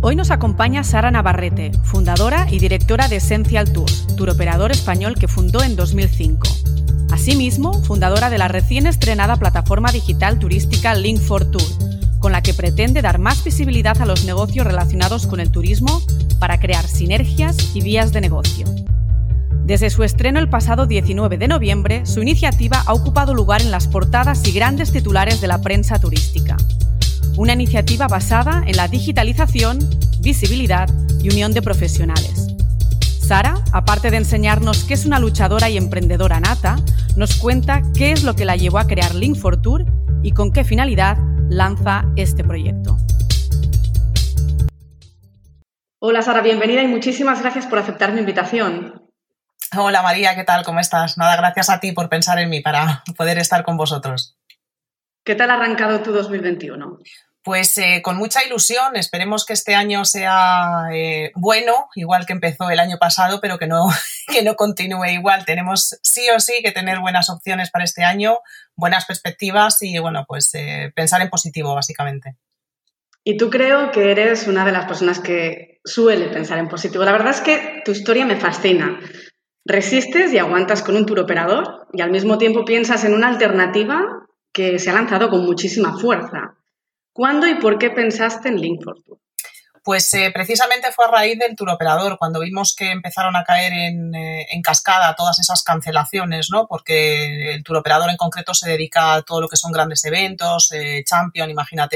Hoy nos acompaña Sara Navarrete, fundadora y directora de Essential Tours, touroperador español que fundó en 2005. Asimismo, fundadora de la recién estrenada plataforma digital turística Link4Tour, con la que pretende dar más visibilidad a los negocios relacionados con el turismo para crear sinergias y vías de negocio. Desde su estreno el pasado 19 de noviembre, su iniciativa ha ocupado lugar en las portadas y grandes titulares de la prensa turística. Una iniciativa basada en la digitalización, visibilidad y unión de profesionales. Sara, aparte de enseñarnos que es una luchadora y emprendedora nata, nos cuenta qué es lo que la llevó a crear Link4Tour y con qué finalidad lanza este proyecto. Hola Sara, bienvenida y muchísimas gracias por aceptar mi invitación. Hola María, ¿qué tal? ¿Cómo estás? Nada, gracias a ti por pensar en mí para poder estar con vosotros. ¿Qué tal ha arrancado tu 2021? Pues con mucha ilusión. Esperemos que este año sea bueno, igual que empezó el año pasado, pero que no continúe igual. Tenemos sí o sí que tener buenas opciones para este año, buenas perspectivas y bueno, pues pensar en positivo básicamente. Y tú creo que eres una de las personas que suele pensar en positivo. La verdad es que tu historia me fascina. Resistes y aguantas con un tour operador y al mismo tiempo piensas en una alternativa que se ha lanzado con muchísima fuerza. ¿Cuándo y por qué pensaste en Link4Tour? Pues precisamente fue a raíz del touroperador, cuando vimos que empezaron a caer en cascada todas esas cancelaciones, ¿no? Porque el touroperador en concreto se dedica a todo lo que son grandes eventos, Champion, imagínate,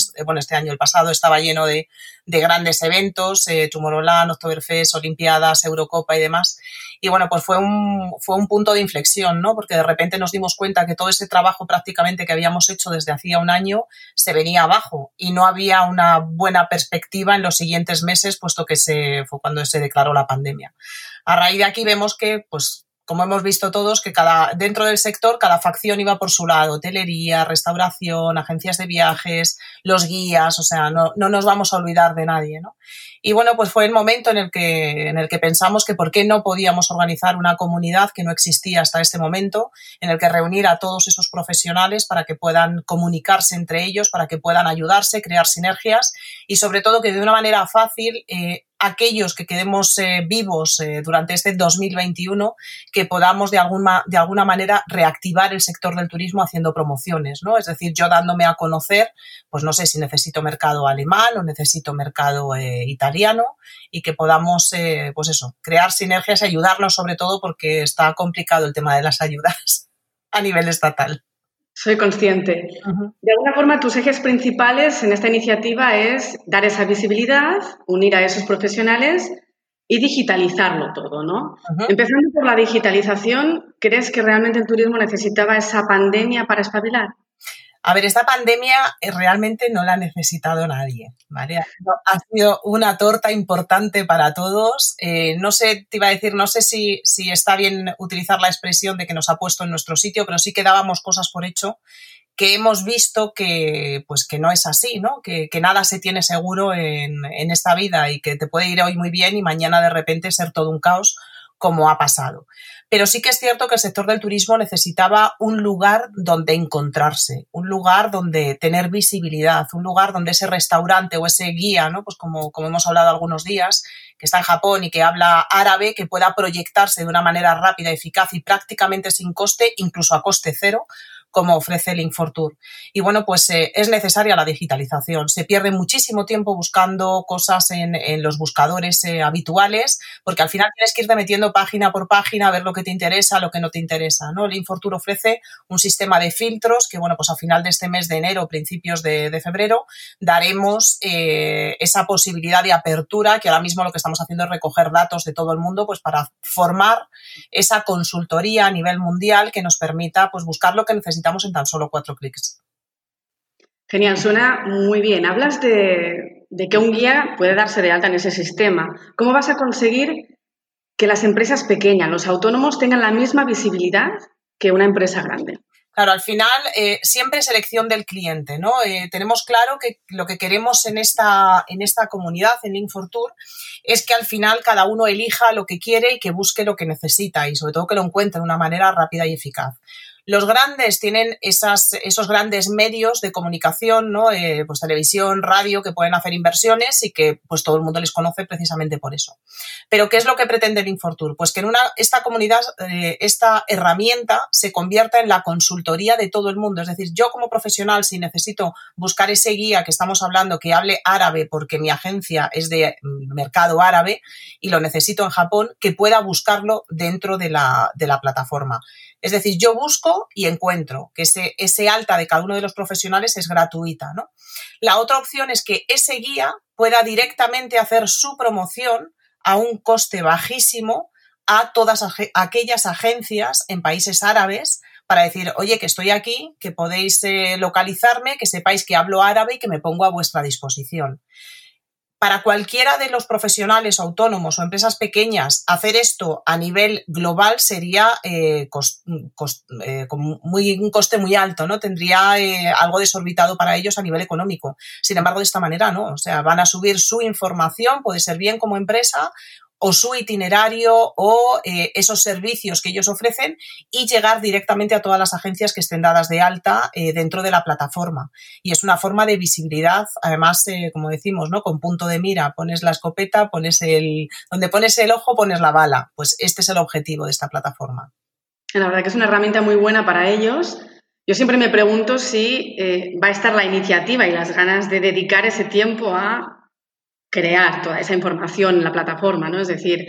el pasado estaba lleno de grandes eventos, Tomorrowland, Oktoberfest, Olimpiadas, Eurocopa y demás. Y bueno, pues fue un punto de inflexión, ¿no? Porque de repente nos dimos cuenta que todo ese trabajo prácticamente que habíamos hecho desde hacía un año se venía abajo y no había una buena perspectiva en los siguientes meses, puesto que fue cuando se declaró la pandemia. A raíz de aquí vemos que, pues, como hemos visto todos, que dentro del sector cada facción iba por su lado, hotelería, restauración, agencias de viajes, los guías, o sea, no nos vamos a olvidar de nadie, ¿no? Y bueno, pues fue el momento en el que pensamos que por qué no podíamos organizar una comunidad que no existía hasta este momento, en el que reunir a todos esos profesionales para que puedan comunicarse entre ellos, para que puedan ayudarse, crear sinergias y sobre todo que de una manera fácil aquellos que quedemos vivos durante este 2021, que podamos de alguna manera reactivar el sector del turismo haciendo promociones, ¿no? Es decir, yo dándome a conocer, pues no sé si necesito mercado alemán o necesito mercado italiano y que podamos, pues eso, crear sinergias y ayudarnos sobre todo porque está complicado el tema de las ayudas a nivel estatal. Soy consciente. Uh-huh. De alguna forma, tus ejes principales en esta iniciativa es dar esa visibilidad, unir a esos profesionales y digitalizarlo todo, ¿no? Uh-huh. Empezando por la digitalización, ¿crees que realmente el turismo necesitaba esa pandemia para espabilar? A ver, esta pandemia realmente no la ha necesitado nadie, ¿vale? Ha sido una torta importante para todos. No sé si está bien utilizar la expresión de que nos ha puesto en nuestro sitio, pero sí que dábamos cosas por hecho que hemos visto que no es así, ¿no? Que nada se tiene seguro en esta vida y que te puede ir hoy muy bien y mañana de repente ser todo un caos, como ha pasado. Pero sí que es cierto que el sector del turismo necesitaba un lugar donde encontrarse, un lugar donde tener visibilidad, un lugar donde ese restaurante o ese guía, ¿no? Pues como hemos hablado algunos días, que está en Japón y que habla árabe, que pueda proyectarse de una manera rápida, eficaz y prácticamente sin coste, incluso a coste cero, como ofrece Link4Tour. Y bueno, pues es necesaria la digitalización. Se pierde muchísimo tiempo buscando cosas en los buscadores habituales, porque al final tienes que irte metiendo página por página a ver lo que te interesa, lo que no te interesa, ¿no? Link4Tour ofrece un sistema de filtros que, bueno, pues a final de este mes de enero, principios de febrero, daremos esa posibilidad de apertura, que ahora mismo lo que estamos haciendo es recoger datos de todo el mundo, pues para formar esa consultoría a nivel mundial que nos permita, pues, buscar lo que necesitamos en tan solo 4 clics. Genial, suena muy bien. Hablas de que un guía puede darse de alta en ese sistema. ¿Cómo vas a conseguir que las empresas pequeñas, los autónomos, tengan la misma visibilidad que una empresa grande? Claro, al final siempre es elección del cliente, ¿no? Tenemos claro que lo que queremos en esta comunidad, en Link4Tour, es que al final cada uno elija lo que quiere y que busque lo que necesita y sobre todo que lo encuentre de una manera rápida y eficaz. Los grandes tienen esos grandes medios de comunicación, ¿no? Pues televisión, radio, que pueden hacer inversiones y que pues todo el mundo les conoce precisamente por eso. Pero ¿qué es lo que pretende el Infortur? Pues que esta comunidad, esta herramienta se convierta en la consultoría de todo el mundo. Es decir, yo como profesional, si necesito buscar ese guía que estamos hablando que hable árabe porque mi agencia es de mercado árabe y lo necesito en Japón, que pueda buscarlo dentro de la plataforma. Es decir, yo busco y encuentro que ese alta de cada uno de los profesionales es gratuita, ¿no? La otra opción es que ese guía pueda directamente hacer su promoción a un coste bajísimo a todas aquellas agencias en países árabes para decir, oye, que estoy aquí, que podéis localizarme, que sepáis que hablo árabe y que me pongo a vuestra disposición. Para cualquiera de los profesionales autónomos o empresas pequeñas, hacer esto a nivel global sería con un coste muy alto, ¿no? Tendría algo desorbitado para ellos a nivel económico. Sin embargo, de esta manera no. O sea, van a subir su información, puede ser bien como empresa, o su itinerario o esos servicios que ellos ofrecen y llegar directamente a todas las agencias que estén dadas de alta dentro de la plataforma. Y es una forma de visibilidad, además, como decimos, ¿no? Con punto de mira, pones la escopeta, donde pones el ojo, pones la bala. Pues este es el objetivo de esta plataforma. La verdad que es una herramienta muy buena para ellos. Yo siempre me pregunto si va a estar la iniciativa y las ganas de dedicar ese tiempo a crear toda esa información en la plataforma, ¿no? Es decir,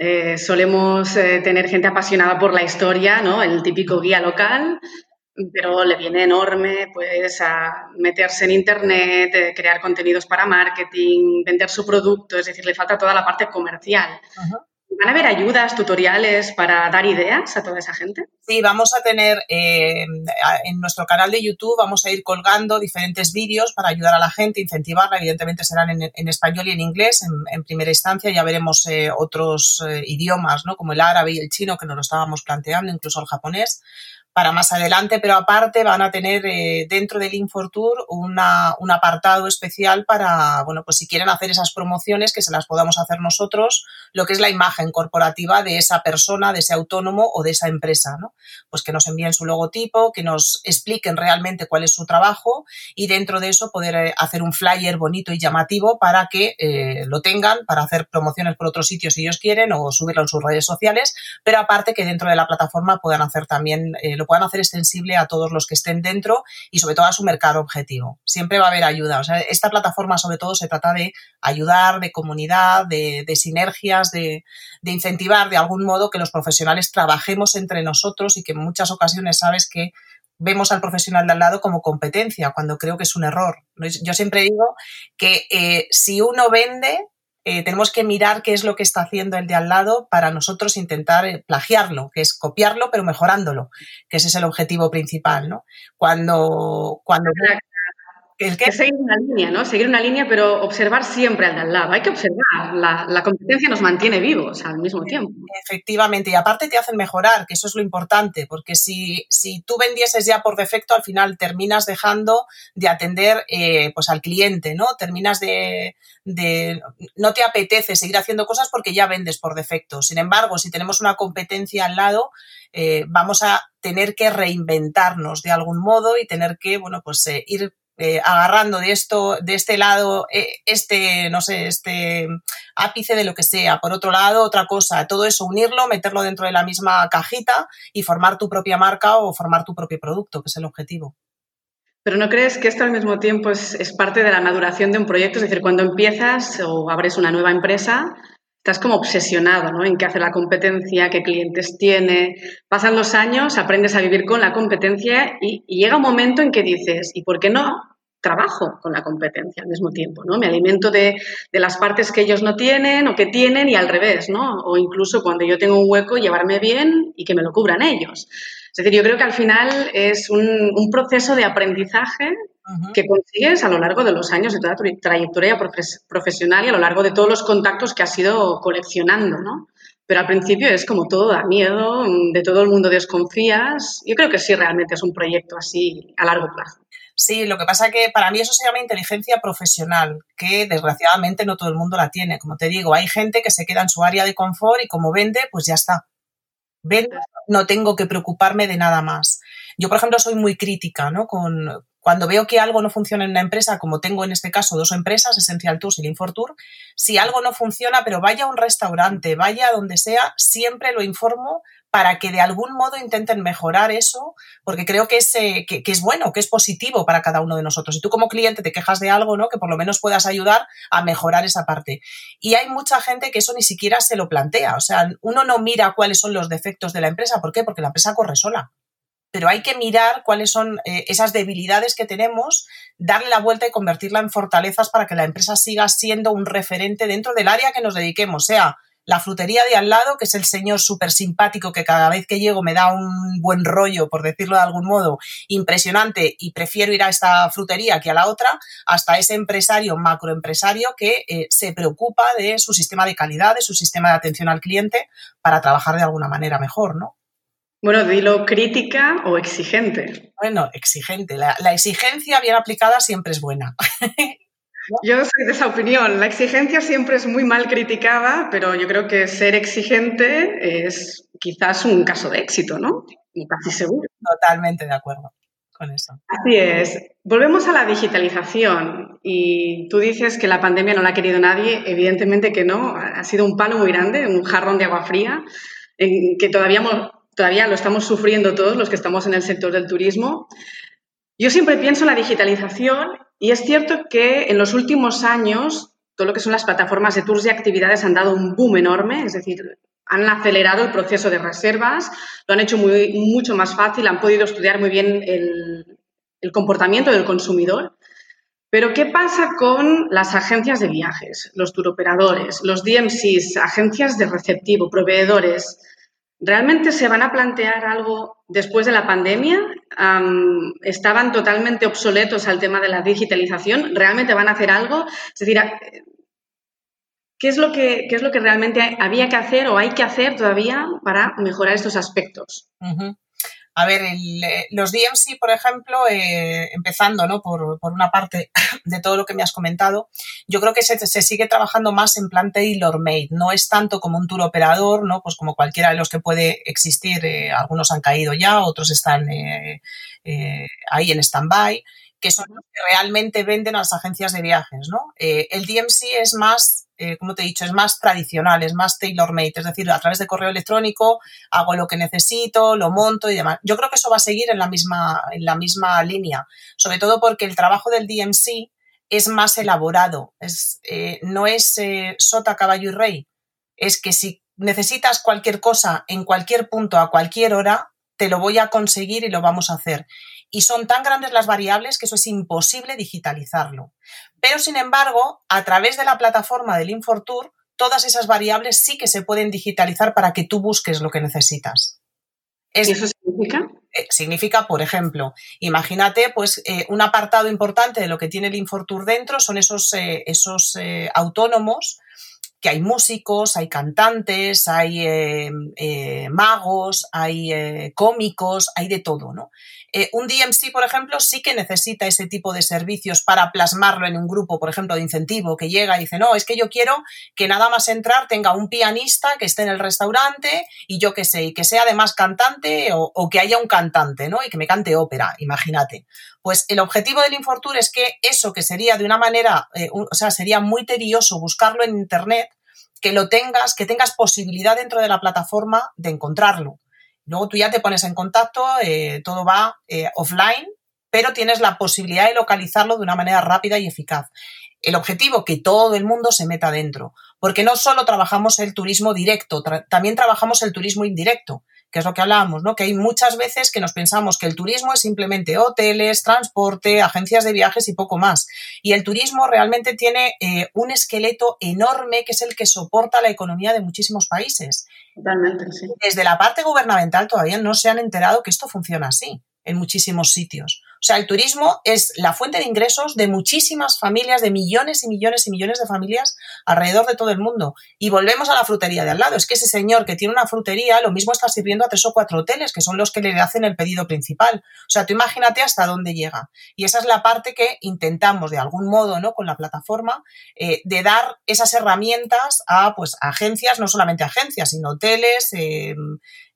solemos tener gente apasionada por la historia, ¿no? El típico guía local, pero le viene enorme pues a meterse en internet, crear contenidos para marketing, vender su producto, es decir, le falta toda la parte comercial. Uh-huh. ¿Van a haber ayudas, tutoriales para dar ideas a toda esa gente? Sí, vamos a tener en nuestro canal de YouTube, vamos a ir colgando diferentes vídeos para ayudar a la gente, incentivarla. Evidentemente serán en español y en inglés en primera instancia. Ya veremos otros idiomas, ¿no? Como el árabe y el chino, que nos lo estábamos planteando, incluso el japonés, para más adelante, pero aparte van a tener dentro del Infortur un apartado especial para, bueno, pues si quieren hacer esas promociones, que se las podamos hacer nosotros, lo que es la imagen corporativa de esa persona, de ese autónomo o de esa empresa, ¿no? Pues que nos envíen su logotipo, que nos expliquen realmente cuál es su trabajo y dentro de eso poder hacer un flyer bonito y llamativo para que lo tengan, para hacer promociones por otros sitios si ellos quieren o subirlo en sus redes sociales, pero aparte que dentro de la plataforma puedan hacer también lo puedan hacer extensible a todos los que estén dentro y sobre todo a su mercado objetivo. Siempre va a haber ayuda. O sea, esta plataforma sobre todo se trata de ayudar, de comunidad, de sinergias, de incentivar de algún modo que los profesionales trabajemos entre nosotros y que en muchas ocasiones sabes que vemos al profesional de al lado como competencia, cuando creo que es un error. Yo siempre digo que si uno vende, tenemos que mirar qué es lo que está haciendo el de al lado para nosotros intentar plagiarlo, que es copiarlo pero mejorándolo, que ese es el objetivo principal, ¿no? Cuando que seguir una línea, ¿no? Seguir una línea, pero observar siempre al de al lado. Hay que observar. La competencia nos mantiene vivos al mismo tiempo. Efectivamente. Y aparte te hacen mejorar, que eso es lo importante, porque si tú vendieses ya por defecto, al final terminas dejando de atender pues al cliente, ¿no? Terminas no te apetece seguir haciendo cosas porque ya vendes por defecto. Sin embargo, si tenemos una competencia al lado, vamos a tener que reinventarnos de algún modo y tener que, bueno, pues ir agarrando de este lado, este ápice de lo que sea, por otro lado, otra cosa, todo eso unirlo, meterlo dentro de la misma cajita y formar tu propia marca o formar tu propio producto, que es el objetivo. Pero ¿no crees que esto al mismo tiempo es parte de la maduración de un proyecto? Es decir, cuando empiezas o abres una nueva empresa, estás como obsesionado, ¿no? En qué hace la competencia, qué clientes tiene. Pasan los años, aprendes a vivir con la competencia y llega un momento en que dices, ¿y por qué no trabajo con la competencia al mismo tiempo, ¿no? Me alimento de las partes que ellos no tienen o que tienen y al revés, ¿no? O incluso cuando yo tengo un hueco, llevarme bien y que me lo cubran ellos. Es decir, yo creo que al final es un proceso de aprendizaje que consigues a lo largo de los años de toda tu trayectoria profesional y a lo largo de todos los contactos que has ido coleccionando, ¿no? Pero al principio es como todo da miedo, de todo el mundo desconfías. Yo creo que sí, realmente es un proyecto así a largo plazo. Sí, lo que pasa es que para mí eso se llama inteligencia profesional, que desgraciadamente no todo el mundo la tiene. Como te digo, hay gente que se queda en su área de confort y como vende, pues ya está. Vendo, no tengo que preocuparme de nada más. Yo, por ejemplo, soy muy crítica, ¿no? Cuando veo que algo no funciona en una empresa, como tengo en este caso 2 empresas, Essential Tours y Linfortour, si algo no funciona, pero vaya a un restaurante, vaya a donde sea, siempre lo informo para que de algún modo intenten mejorar eso, porque creo que es bueno, que es positivo para cada uno de nosotros. Y tú como cliente te quejas de algo, ¿no? Que por lo menos puedas ayudar a mejorar esa parte. Y hay mucha gente que eso ni siquiera se lo plantea. O sea, uno no mira cuáles son los defectos de la empresa. ¿Por qué? Porque la empresa corre sola. Pero hay que mirar cuáles son esas debilidades que tenemos, darle la vuelta y convertirla en fortalezas para que la empresa siga siendo un referente dentro del área que nos dediquemos, sea la frutería de al lado, que es el señor súper simpático que cada vez que llego me da un buen rollo, por decirlo de algún modo, impresionante, y prefiero ir a esta frutería que a la otra, hasta ese empresario, macroempresario que se preocupa de su sistema de calidad, de su sistema de atención al cliente para trabajar de alguna manera mejor, ¿no? Bueno, dilo crítica o exigente. Bueno, exigente. La exigencia bien aplicada siempre es buena. Yo soy de esa opinión. La exigencia siempre es muy mal criticada, pero yo creo que ser exigente es quizás un caso de éxito, ¿no? Casi seguro. Totalmente de acuerdo con eso. Así es. Volvemos a la digitalización y tú dices que la pandemia no la ha querido nadie. Evidentemente que no. Ha sido un palo muy grande, un jarrón de agua fría, en que todavía lo estamos sufriendo todos los que estamos en el sector del turismo. Yo siempre pienso en la digitalización y es cierto que en los últimos años todo lo que son las plataformas de tours y actividades han dado un boom enorme, es decir, han acelerado el proceso de reservas, lo han hecho mucho más fácil, han podido estudiar muy bien el comportamiento del consumidor. Pero ¿qué pasa con las agencias de viajes, los turoperadores, los DMCs, agencias de receptivo, proveedores? ¿Realmente se van a plantear algo después de la pandemia? ¿Estaban totalmente obsoletos al tema de la digitalización? ¿Realmente van a hacer algo? Es decir, ¿qué es lo que realmente había que hacer o hay que hacer todavía para mejorar estos aspectos? Uh-huh. A ver, los DMC, por ejemplo, empezando, ¿no? por una parte de todo lo que me has comentado, yo creo que se sigue trabajando más en plan tailor-made. No es tanto como un tour operador, ¿no? Pues como cualquiera de los que puede existir. Algunos han caído ya, otros están ahí en stand-by, que son los que realmente venden a las agencias de viajes, ¿no? El DMC es más, como te he dicho, es más tradicional, es más tailor-made, es decir, a través de correo electrónico hago lo que necesito, lo monto y demás. Yo creo que eso va a seguir en la misma línea, sobre todo porque el trabajo del DMC es más elaborado, no es sota, caballo y rey, es que si necesitas cualquier cosa en cualquier punto a cualquier hora, te lo voy a conseguir y lo vamos a hacer. Y son tan grandes las variables que eso es imposible digitalizarlo. Pero, sin embargo, a través de la plataforma de Linfortour, todas esas variables sí que se pueden digitalizar para que tú busques lo que necesitas. ¿Y eso significa? Significa, por ejemplo, imagínate, pues un apartado importante de lo que tiene Linfortour dentro son esos autónomos, que hay músicos, hay cantantes, hay magos, hay cómicos, hay de todo, ¿no? Un DMC, por ejemplo, sí que necesita ese tipo de servicios para plasmarlo en un grupo, por ejemplo, de incentivo, que llega y dice, no, es que yo quiero que nada más entrar tenga un pianista que esté en el restaurante y yo qué sé, y que sea además cantante o que haya un cantante, ¿no? Y que me cante ópera, imagínate. Pues el objetivo del Linfortour es que eso que sería de una manera, sería muy tedioso buscarlo en internet, que tengas posibilidad dentro de la plataforma de encontrarlo. Luego tú ya te pones en contacto, todo va offline, pero tienes la posibilidad de localizarlo de una manera rápida y eficaz. El objetivo, que todo el mundo se meta dentro, porque no solo trabajamos el turismo directo, también trabajamos el turismo indirecto, que es lo que hablábamos, ¿no? Que hay muchas veces que nos pensamos que el turismo es simplemente hoteles, transporte, agencias de viajes y poco más. Y el turismo realmente tiene un esqueleto enorme que es el que soporta la economía de muchísimos países. Totalmente, sí. Desde la parte gubernamental todavía no se han enterado que esto funciona así en muchísimos sitios. O sea, el turismo es la fuente de ingresos de muchísimas familias, de millones y millones y millones de familias alrededor de todo el mundo. Y volvemos a la frutería de al lado. Es que ese señor que tiene una frutería lo mismo está sirviendo a 3 o 4 hoteles, que son los que le hacen el pedido principal. O sea, tú imagínate hasta dónde llega. Y esa es la parte que intentamos de algún modo, ¿no? Con la plataforma, de dar esas herramientas a, pues, a agencias, no solamente agencias, sino hoteles,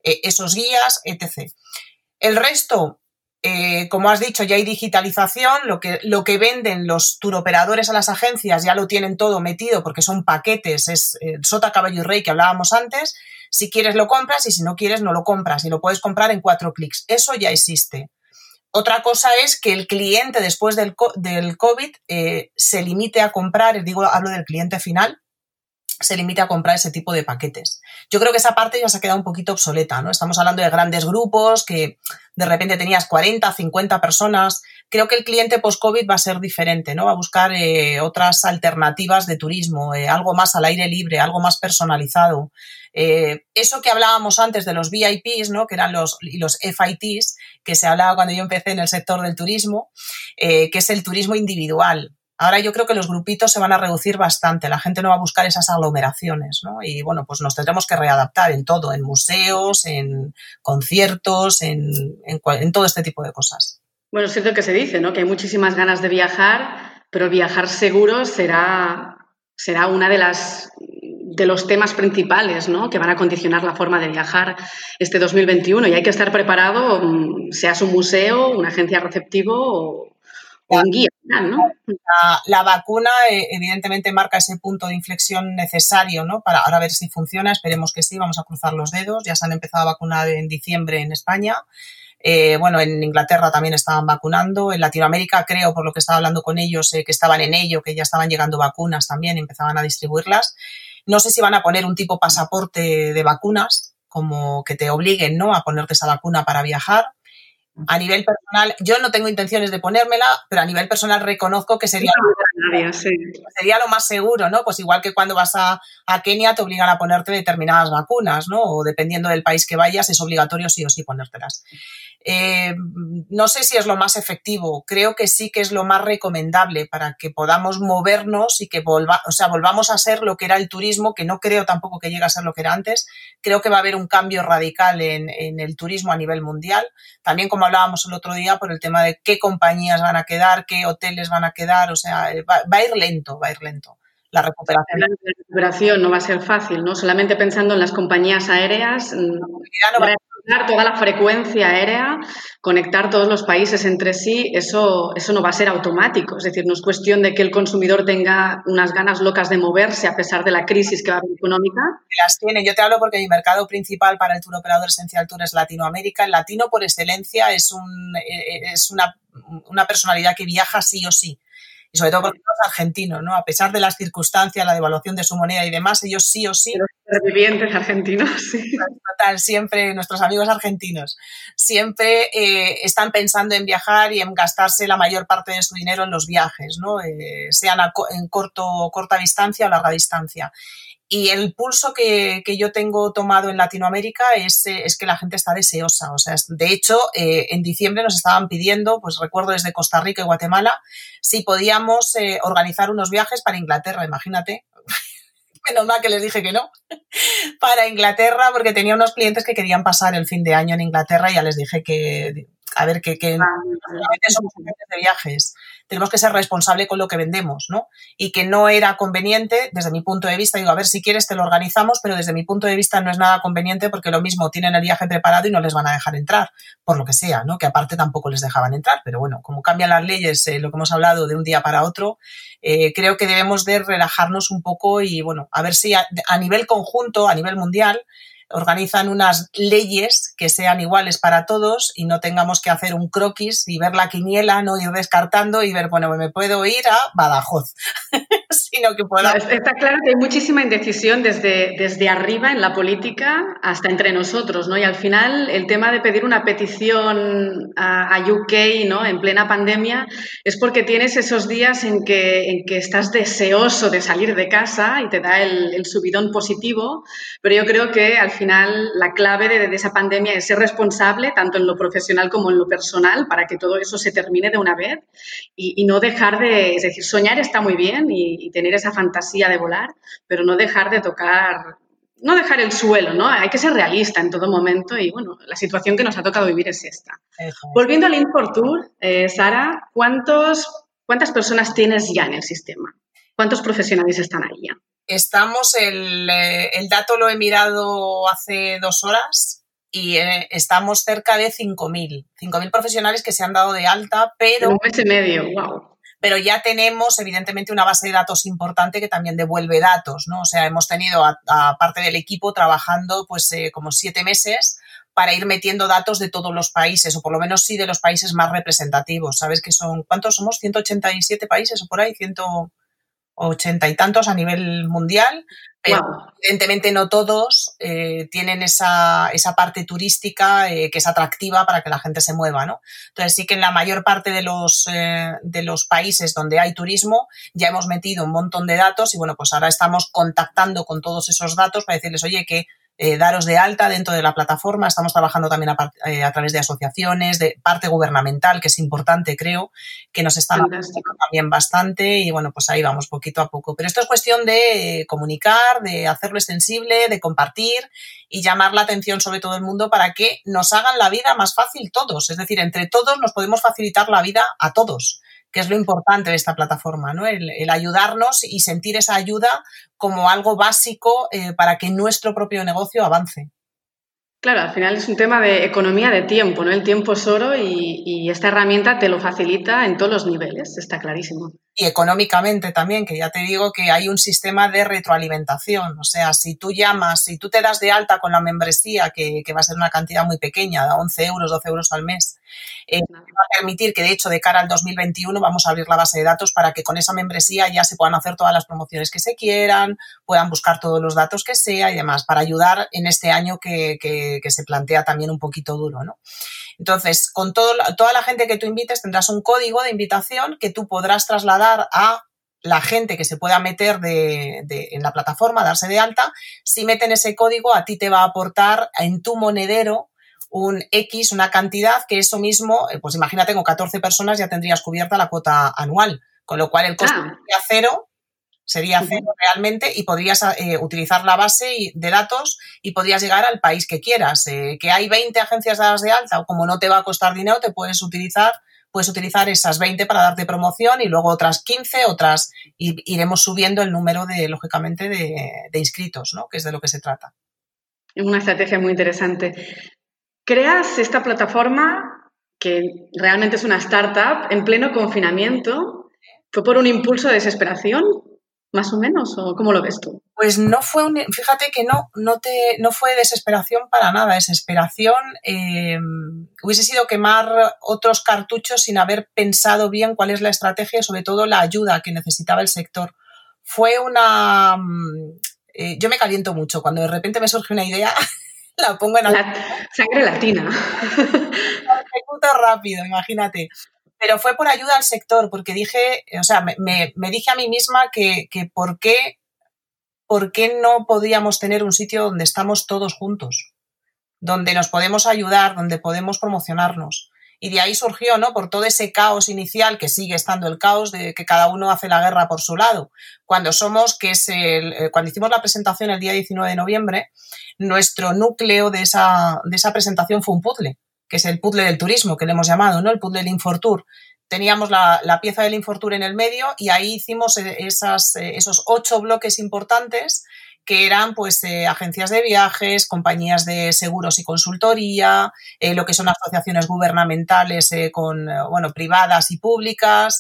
esos guías, etc. El resto, como has dicho, ya hay digitalización, lo que venden los turoperadores a las agencias ya lo tienen todo metido porque son paquetes, es sota, caballo y rey que hablábamos antes. Si quieres lo compras y si no quieres no lo compras y lo puedes comprar en 4 clics. Eso ya existe. Otra cosa es que el cliente después del COVID se limite a comprar, hablo del cliente final, se limite a comprar ese tipo de paquetes. Yo creo que esa parte ya se ha quedado un poquito obsoleta, ¿no? Estamos hablando de grandes grupos que de repente tenías 40, 50 personas. Creo que el cliente post-COVID va a ser diferente, ¿no? Va a buscar otras alternativas de turismo, algo más al aire libre, algo más personalizado. Eso que hablábamos antes de los VIPs, ¿no? Que eran los FITs, que se hablaba cuando yo empecé en el sector del turismo, que es el turismo individual. Ahora yo creo que los grupitos se van a reducir bastante, la gente no va a buscar esas aglomeraciones, ¿no? Y bueno, pues nos tendremos que readaptar en todo, en museos, en conciertos, en todo este tipo de cosas. Bueno, es cierto que se dice, ¿no? Que hay muchísimas ganas de viajar, pero viajar seguro será una de los temas principales, ¿no? Que van a condicionar la forma de viajar este 2021 y hay que estar preparado, seas un museo, una agencia receptivo o un guía, ¿no? La vacuna evidentemente marca ese punto de inflexión necesario, ¿no? Para ahora ver si funciona, esperemos que sí, vamos a cruzar los dedos. Ya se han empezado a vacunar en diciembre en España. Bueno, en Inglaterra también estaban vacunando. En Latinoamérica, creo, por lo que estaba hablando con ellos, que estaban en ello, que ya estaban llegando vacunas también, empezaban a distribuirlas. No sé si van a poner un tipo pasaporte de vacunas, como que te obliguen, ¿no? A ponerte esa vacuna para viajar. A nivel personal, yo no tengo intenciones de ponérmela, pero a nivel personal reconozco que sería lo más seguro, ¿no? Pues igual que cuando vas a Kenia te obligan a ponerte determinadas vacunas, ¿no? O dependiendo del país que vayas es obligatorio sí o sí ponértelas. No sé si es lo más efectivo, creo que sí que es lo más recomendable para que podamos movernos y que volvamos a ser lo que era el turismo, que no creo tampoco que llegue a ser lo que era antes. Creo que va a haber un cambio radical en el turismo a nivel mundial. También, como hablábamos el otro día, por el tema de qué compañías van a quedar, qué hoteles van a quedar, o sea, va a ir lento. La recuperación. La recuperación no va a ser fácil, ¿no? Solamente pensando en las compañías aéreas, reactivar toda la frecuencia aérea, conectar todos los países entre sí, eso no va a ser automático. Es decir, no es cuestión de que el consumidor tenga unas ganas locas de moverse a pesar de la crisis que va a haber económica. Las tiene. Yo te hablo porque mi mercado principal para el tour operador Essential Tour es Latinoamérica. El latino por excelencia es una personalidad que viaja sí o sí. Y sobre todo porque los argentinos, ¿no? A pesar de las circunstancias, la devaluación de su moneda y demás, ellos sí o sí. Los sobrevivientes argentinos, sí. Total, siempre, nuestros amigos argentinos, siempre están pensando en viajar y en gastarse la mayor parte de su dinero en los viajes, ¿no? Sean en corta distancia o larga distancia. Y el pulso que yo tengo tomado en Latinoamérica es que la gente está deseosa. O sea, de hecho, en diciembre nos estaban pidiendo, pues recuerdo desde Costa Rica y Guatemala, si podíamos organizar unos viajes para Inglaterra, imagínate. Menos mal que les dije que no, para Inglaterra, porque tenía unos clientes que querían pasar el fin de año en Inglaterra y ya les dije que somos clientes de viajes, tenemos que ser responsables con lo que vendemos, ¿no? Y que no era conveniente, desde mi punto de vista, digo, a ver, si quieres te lo organizamos, pero desde mi punto de vista no es nada conveniente porque lo mismo tienen el viaje preparado y no les van a dejar entrar, por lo que sea, ¿no? Que aparte tampoco les dejaban entrar, pero bueno, como cambian las leyes, lo que hemos hablado de un día para otro, creo que debemos de relajarnos un poco y, bueno, a ver si a nivel conjunto, a nivel mundial, organizan unas leyes que sean iguales para todos y no tengamos que hacer un croquis y ver la quiniela, no ir descartando y ver, bueno, me puedo ir a Badajoz, sino que puedo... No, está claro que hay muchísima indecisión desde arriba en la política hasta entre nosotros, ¿no? Y al final el tema de pedir una petición a UK, ¿no? En plena pandemia es porque tienes esos días en que estás deseoso de salir de casa y te da el subidón positivo, pero yo creo que al final la clave de esa pandemia es ser responsable tanto en lo profesional como en lo personal para que todo eso se termine de una vez y no dejar es decir, soñar está muy bien y tener esa fantasía de volar, pero no dejar el suelo, ¿no? Hay que ser realista en todo momento y, bueno, la situación que nos ha tocado vivir es esta. Volviendo al Import Tour, Sara, ¿cuántas personas tienes ya en el sistema? ¿Cuántos profesionales están ahí ya? Estamos, el dato lo he mirado hace 2 horas y estamos cerca de 5.000 profesionales que se han dado de alta, pero... En un mes y medio, wow. Pero ya tenemos, evidentemente, una base de datos importante que también devuelve datos, ¿no? O sea, hemos tenido a parte del equipo trabajando pues como 7 meses para ir metiendo datos de todos los países, o por lo menos sí de los países más representativos. ¿Sabes que son? ¿Cuántos somos? 187 países o por ahí, 180 y tantos a nivel mundial, pero wow. Evidentemente no todos tienen esa parte turística que es atractiva para que la gente se mueva, ¿no? Entonces sí que en la mayor parte de los países donde hay turismo ya hemos metido un montón de datos y bueno, pues ahora estamos contactando con todos esos datos para decirles, oye, que daros de alta dentro de la plataforma. Estamos trabajando también a través de asociaciones, de parte gubernamental, que es importante, creo, que nos están apoyando también bastante y bueno, pues ahí vamos poquito a poco. Pero esto es cuestión de comunicar, de hacerlo extensible, de compartir y llamar la atención sobre todo el mundo para que nos hagan la vida más fácil todos. Es decir, entre todos nos podemos facilitar la vida a todos, que es lo importante de esta plataforma, ¿no? El ayudarnos y sentir esa ayuda como algo básico para que nuestro propio negocio avance. Claro, al final es un tema de economía de tiempo, ¿no? El tiempo es oro y esta herramienta te lo facilita en todos los niveles, está clarísimo. Y económicamente también, que ya te digo que hay un sistema de retroalimentación. O sea, si tú llamas, si tú te das de alta con la membresía, que va a ser una cantidad muy pequeña, 11 euros, 12 euros al mes, va a permitir que, de hecho, de cara al 2021 vamos a abrir la base de datos para que con esa membresía ya se puedan hacer todas las promociones que se quieran, puedan buscar todos los datos que sea y demás, para ayudar en este año que se plantea también un poquito duro, ¿no? Entonces, con toda la gente que tú invites tendrás un código de invitación que tú podrás trasladar a la gente que se pueda meter en la plataforma, darse de alta. Si meten ese código, a ti te va a aportar en tu monedero un X, una cantidad, que eso mismo, pues imagínate, con 14 personas ya tendrías cubierta la cuota anual, con lo cual el coste sería cero realmente y podrías utilizar la base de datos y podrías llegar al país que quieras. Que hay 20 agencias dadas de alta, o como no te va a costar dinero, te puedes utilizar esas 20 para darte promoción y luego otras 15, y iremos subiendo el número lógicamente, de inscritos, ¿no? Que es de lo que se trata. Es una estrategia muy interesante. Creas esta plataforma, que realmente es una startup, en pleno confinamiento. ¿Fue por un impulso de desesperación, más o menos? ¿O cómo lo ves tú? Pues no fue fíjate que no fue desesperación para nada. Desesperación hubiese sido quemar otros cartuchos sin haber pensado bien cuál es la estrategia y sobre todo la ayuda que necesitaba el sector. Fue yo me caliento mucho cuando de repente me surge una idea. La pongo en sangre latina. La ejecuto rápido, imagínate. Pero fue por ayuda al sector, porque dije, o sea, me dije a mí misma que ¿por qué no podíamos tener un sitio donde estamos todos juntos? Donde nos podemos ayudar, donde podemos promocionarnos. Y de ahí surgió, ¿no? Por todo ese caos inicial, que sigue estando el caos de que cada uno hace la guerra por su lado. Cuando hicimos la presentación el día 19 de noviembre, nuestro núcleo de esa presentación fue un puzzle, que es el puzzle del turismo, que le hemos llamado, ¿no? El puzzle del Infortour. Teníamos la pieza del Infortour en el medio y ahí hicimos esos 8 bloques importantes que eran pues agencias de viajes, compañías de seguros y consultoría, lo que son asociaciones gubernamentales privadas y públicas,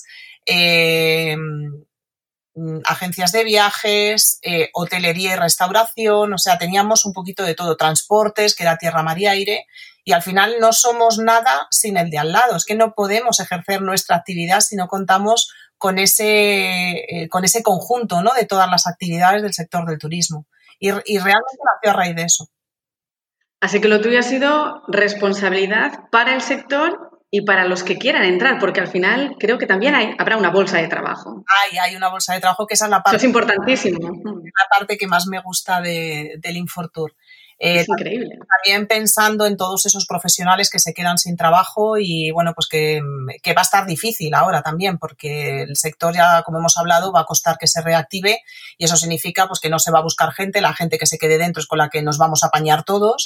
agencias de viajes, hotelería y restauración. O sea, teníamos un poquito de todo, transportes, que era tierra, mar y aire, y al final no somos nada sin el de al lado. Es que no podemos ejercer nuestra actividad si no contamos con ese conjunto, ¿no? De todas las actividades del sector del turismo. Y realmente nació a raíz de eso. Así que lo tuyo ha sido responsabilidad para el sector y para los que quieran entrar, porque al final creo que también habrá una bolsa de trabajo. Hay una bolsa de trabajo, que esa es la parte. Eso es importantísimo. La parte que más me gusta del Infortour. Es increíble. También pensando en todos esos profesionales que se quedan sin trabajo y bueno, pues que va a estar difícil ahora también, porque el sector, ya como hemos hablado, va a costar que se reactive y eso significa pues que no se va a buscar gente, la gente que se quede dentro es con la que nos vamos a apañar todos,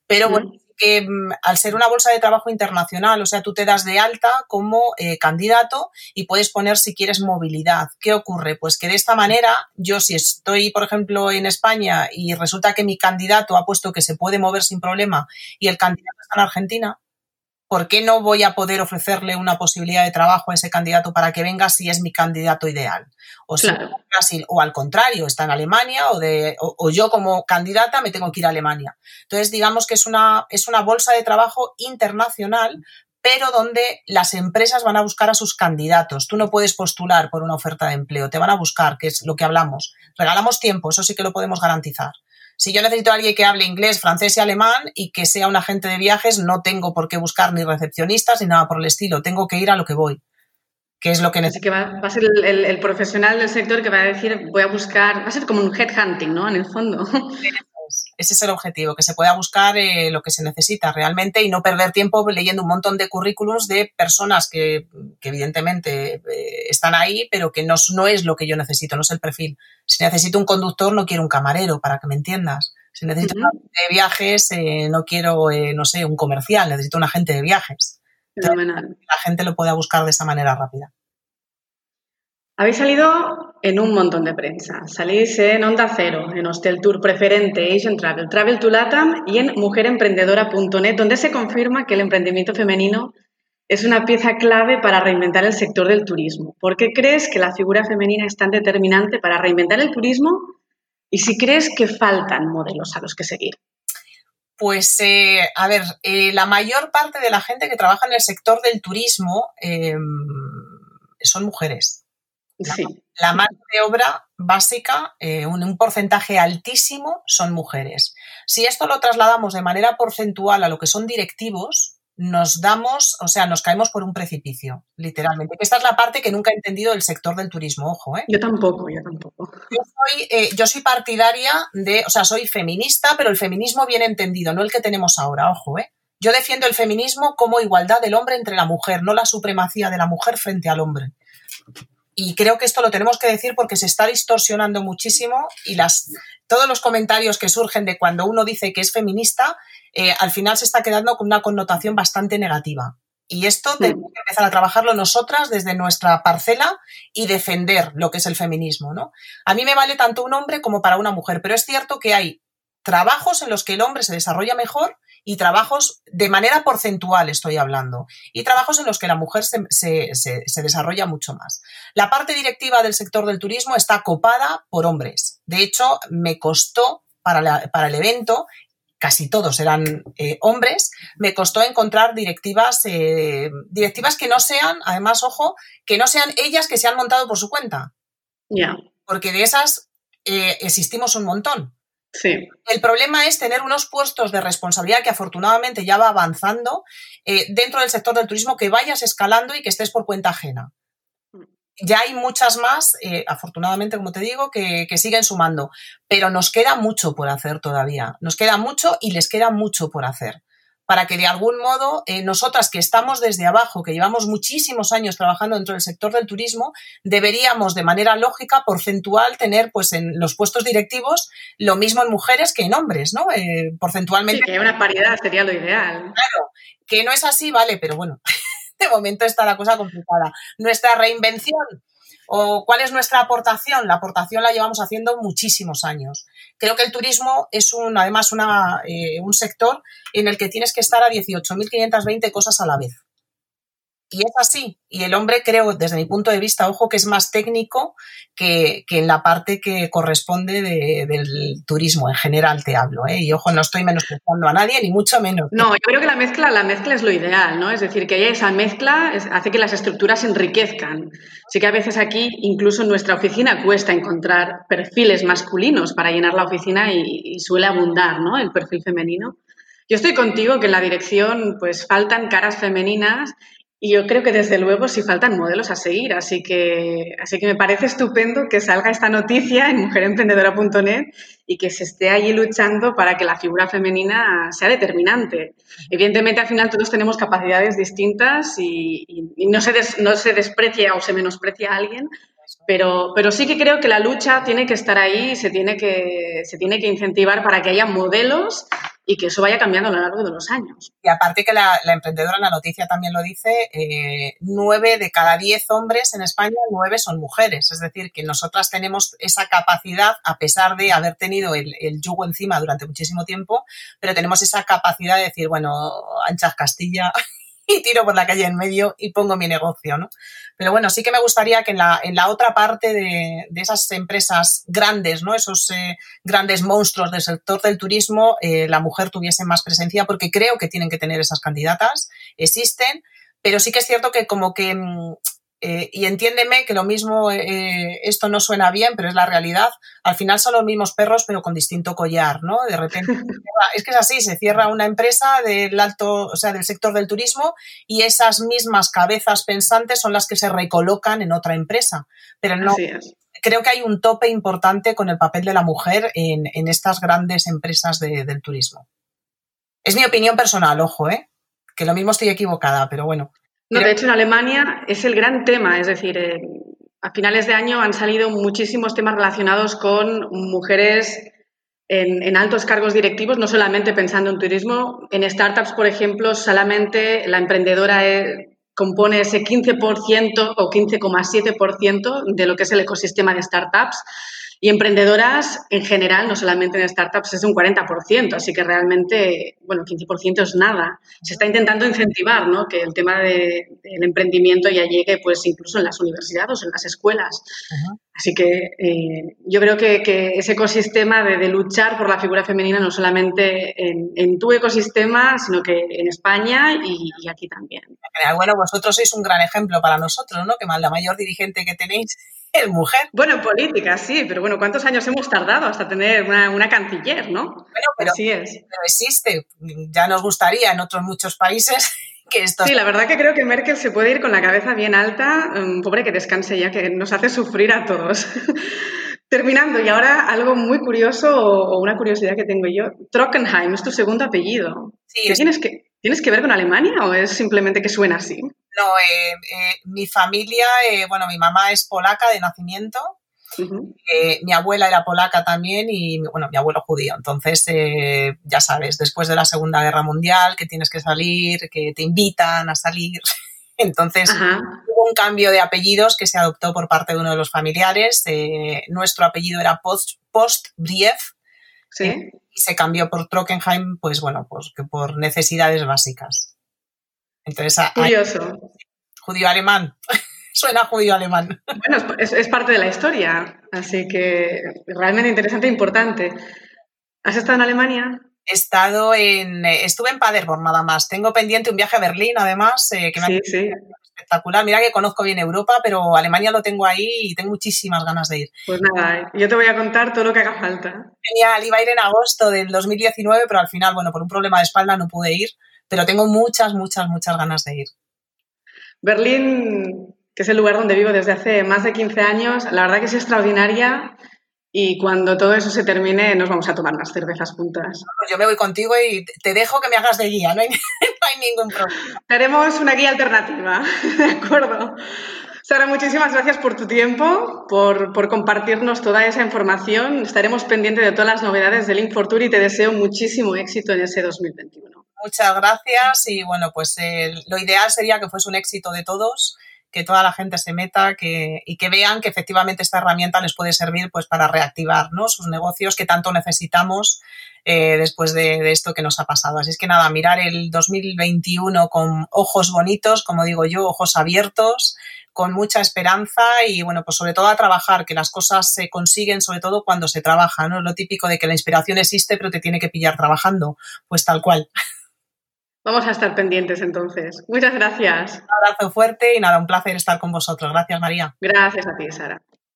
Pero bueno, que al ser una bolsa de trabajo internacional, o sea, tú te das de alta como candidato y puedes poner si quieres movilidad. ¿Qué ocurre? Pues que de esta manera, yo si estoy, por ejemplo, en España y resulta que mi candidato ha puesto que se puede mover sin problema y el candidato está en Argentina, ¿por qué no voy a poder ofrecerle una posibilidad de trabajo a ese candidato para que venga si es mi candidato ideal? O si está en Brasil, o al contrario, está en Alemania, o yo como candidata me tengo que ir a Alemania. Entonces, digamos que es una bolsa de trabajo internacional, pero donde las empresas van a buscar a sus candidatos. Tú no puedes postular por una oferta de empleo, te van a buscar, que es lo que hablamos. Regalamos tiempo, eso sí que lo podemos garantizar. Si yo necesito a alguien que hable inglés, francés y alemán y que sea un agente de viajes, no tengo por qué buscar ni recepcionistas ni nada por el estilo. Tengo que ir a lo que voy, que es lo que necesito. Así que va a ser el profesional del sector que va a decir, voy a buscar, va a ser como un headhunting, ¿no? En el fondo. Ese es el objetivo, que se pueda buscar lo que se necesita realmente y no perder tiempo leyendo un montón de currículums de personas que evidentemente están ahí, pero que no es lo que yo necesito, no es el perfil. Si necesito un conductor, no quiero un camarero, para que me entiendas. Si necesito un agente de viajes, no quiero, no sé, un comercial, necesito un agente de viajes. Fenomenal. La gente lo pueda buscar de esa manera rápida. Habéis salido en un montón de prensa. Salís en Onda Cero, en Hostel Tour Preferente, Asian Travel, Travel to Latam y en mujeremprendedora.net, donde se confirma que el emprendimiento femenino es una pieza clave para reinventar el sector del turismo. ¿Por qué crees que la figura femenina es tan determinante para reinventar el turismo? Y si crees que faltan modelos a los que seguir. Pues, a ver, la mayor parte de la gente que trabaja en el sector del turismo son mujeres. Sí. La mano de obra básica, un porcentaje altísimo, son mujeres. Si esto lo trasladamos de manera porcentual a lo que son directivos, nos caemos por un precipicio, literalmente. Esta es la parte que nunca he entendido del sector del turismo, ojo, ¿eh? Yo tampoco. Yo soy partidaria soy feminista, pero el feminismo bien entendido, no el que tenemos ahora, ojo, ¿eh? Yo defiendo el feminismo como igualdad del hombre entre la mujer, no la supremacía de la mujer frente al hombre. Y creo que esto lo tenemos que decir porque se está distorsionando muchísimo y todos los comentarios que surgen de cuando uno dice que es feminista, al final se está quedando con una connotación bastante negativa. Y esto tenemos que empezar a trabajarlo nosotras desde nuestra parcela y defender lo que es el feminismo, ¿no? A mí me vale tanto un hombre como para una mujer, pero es cierto que hay trabajos en los que el hombre se desarrolla mejor y trabajos de manera porcentual, estoy hablando, y trabajos en los que la mujer se desarrolla mucho más. La parte directiva del sector del turismo está copada por hombres. De hecho, me costó para el evento, casi todos eran hombres, me costó encontrar directivas que no sean, además, ojo, que no sean ellas que se han montado por su cuenta. Ya. Porque de esas existimos un montón. Sí. El problema es tener unos puestos de responsabilidad que afortunadamente ya va avanzando dentro del sector del turismo, que vayas escalando y que estés por cuenta ajena. Ya hay muchas más, afortunadamente, como te digo, que siguen sumando, pero nos queda mucho por hacer todavía. Nos queda mucho y les queda mucho por hacer. Para que de algún modo nosotras que estamos desde abajo, que llevamos muchísimos años trabajando dentro del sector del turismo, deberíamos de manera lógica, porcentual, tener pues en los puestos directivos lo mismo en mujeres que en hombres, ¿no? Porcentualmente. Sí, que haya una paridad sería lo ideal. Claro, que no es así, vale, pero bueno, de momento está la cosa complicada. Nuestra reinvención, ¿o cuál es nuestra aportación? La aportación la llevamos haciendo muchísimos años. Creo que el turismo es además un sector en el que tienes que estar a 18.520 cosas a la vez. Y es así. Y el hombre, creo, desde mi punto de vista, ojo, que es más técnico que en la parte que corresponde del turismo en general, te hablo, ¿eh? Y ojo, no estoy menospreciando a nadie, ni mucho menos. No, yo creo que la mezcla es lo ideal, ¿no? Es decir, que haya esa mezcla hace que las estructuras se enriquezcan. Sí que a veces aquí, incluso en nuestra oficina, cuesta encontrar perfiles masculinos para llenar la oficina y suele abundar, ¿no? El perfil femenino. Yo estoy contigo que en la dirección pues faltan caras femeninas. Y yo creo que desde luego sí faltan modelos a seguir, así que me parece estupendo que salga esta noticia en mujeremprendedora.net y que se esté allí luchando para que la figura femenina sea determinante. Evidentemente, al final todos tenemos capacidades distintas y no se desprecia o se menosprecia a alguien, pero sí que creo que la lucha tiene que estar ahí y se tiene que incentivar para que haya modelos y que eso vaya cambiando a lo largo de los años. Y aparte que la emprendedora en la noticia también lo dice, 9 de cada 10 hombres en España, 9 son mujeres. Es decir, que nosotras tenemos esa capacidad, a pesar de haber tenido el yugo encima durante muchísimo tiempo, pero tenemos esa capacidad de decir, bueno, anchas Castilla y tiro por la calle en medio y pongo mi negocio, ¿no? Pero bueno, sí que me gustaría que en la otra parte de esas empresas grandes, ¿no? Esos grandes monstruos del sector del turismo, la mujer tuviese más presencia, porque creo que tienen que tener esas candidatas, existen, pero sí que es cierto que como que, y entiéndeme que lo mismo, esto no suena bien, pero es la realidad, al final son los mismos perros pero con distinto collar, ¿no? De repente, es que es así, se cierra una empresa del sector del turismo y esas mismas cabezas pensantes son las que se recolocan en otra empresa, pero no. Creo que hay un tope importante con el papel de la mujer en estas grandes empresas del turismo. Es mi opinión personal, ojo, que lo mismo estoy equivocada, pero bueno. No, de hecho, en Alemania es el gran tema, es decir, a finales de año han salido muchísimos temas relacionados con mujeres en altos cargos directivos, no solamente pensando en turismo. En startups, por ejemplo, solamente la emprendedora compone ese 15% o 15,7% de lo que es el ecosistema de startups. Y emprendedoras, en general, no solamente en startups, es un 40%, así que realmente, bueno, 15% es nada. Se está intentando incentivar, ¿no?, que el tema del emprendimiento ya llegue, pues, incluso en las universidades o en las escuelas. Uh-huh. Así que yo creo que ese ecosistema de luchar por la figura femenina no solamente en tu ecosistema, sino que en España y aquí también. Bueno, vosotros sois un gran ejemplo para nosotros, ¿no?, que la mayor dirigente que tenéis es mujer. Bueno, en política sí, pero bueno, ¿cuántos años hemos tardado hasta tener una canciller, no? Bueno, pero, así es. Pero existe. Ya nos gustaría en otros muchos países que esto... Sí, la verdad que creo que Merkel se puede ir con la cabeza bien alta. Pobre que descanse ya, que nos hace sufrir a todos. Terminando, y ahora algo muy curioso o una curiosidad que tengo yo. Trockenheim es tu segundo apellido. Sí, ¿Tienes que ver con Alemania o es simplemente que suena así? No, mi familia, mi mamá es polaca de nacimiento, uh-huh. Mi abuela era polaca también y, mi abuelo judío. Entonces, ya sabes, después de la Segunda Guerra Mundial, que tienes que salir, que te invitan a salir. Entonces, uh-huh. Hubo un cambio de apellidos que se adoptó por parte de uno de los familiares. Nuestro apellido era Postbriev. ¿Sí? Y se cambió por Trockenheim, pues por necesidades básicas. Entonces, curioso. Judío-alemán. Suena judío-alemán. Bueno, es parte de la historia, así que realmente interesante e importante. ¿Has estado en Alemania? Estuve en Paderborn nada más. Tengo pendiente un viaje a Berlín, además, que me ha parecido espectacular. Mira que conozco bien Europa, pero Alemania lo tengo ahí y tengo muchísimas ganas de ir. Pues nada, yo te voy a contar todo lo que haga falta. Genial, iba a ir en agosto del 2019, pero al final, por un problema de espalda no pude ir, pero tengo muchas ganas de ir. Berlín, que es el lugar donde vivo desde hace más de 15 años, la verdad que es extraordinaria. Y cuando todo eso se termine, nos vamos a tomar unas cervezas juntas. Yo me voy contigo y te dejo que me hagas de guía, no hay ningún problema. Haremos una guía alternativa, ¿de acuerdo? Sara, muchísimas gracias por tu tiempo, por compartirnos toda esa información. Estaremos pendientes de todas las novedades del Link4Tour y te deseo muchísimo éxito en ese 2021. Muchas gracias y lo ideal sería que fuese un éxito de todos, que toda la gente se meta y que vean que efectivamente esta herramienta les puede servir pues para reactivar, ¿no?, sus negocios que tanto necesitamos después de esto que nos ha pasado. Así es que nada, mirar el 2021 con ojos bonitos, como digo yo, ojos abiertos, con mucha esperanza y pues sobre todo a trabajar, que las cosas se consiguen sobre todo cuando se trabaja, ¿no? Es lo típico de que la inspiración existe pero te tiene que pillar trabajando, pues tal cual. Vamos a estar pendientes entonces. Muchas gracias. Un abrazo fuerte y nada, un placer estar con vosotros. Gracias, María. Gracias a ti, Sara.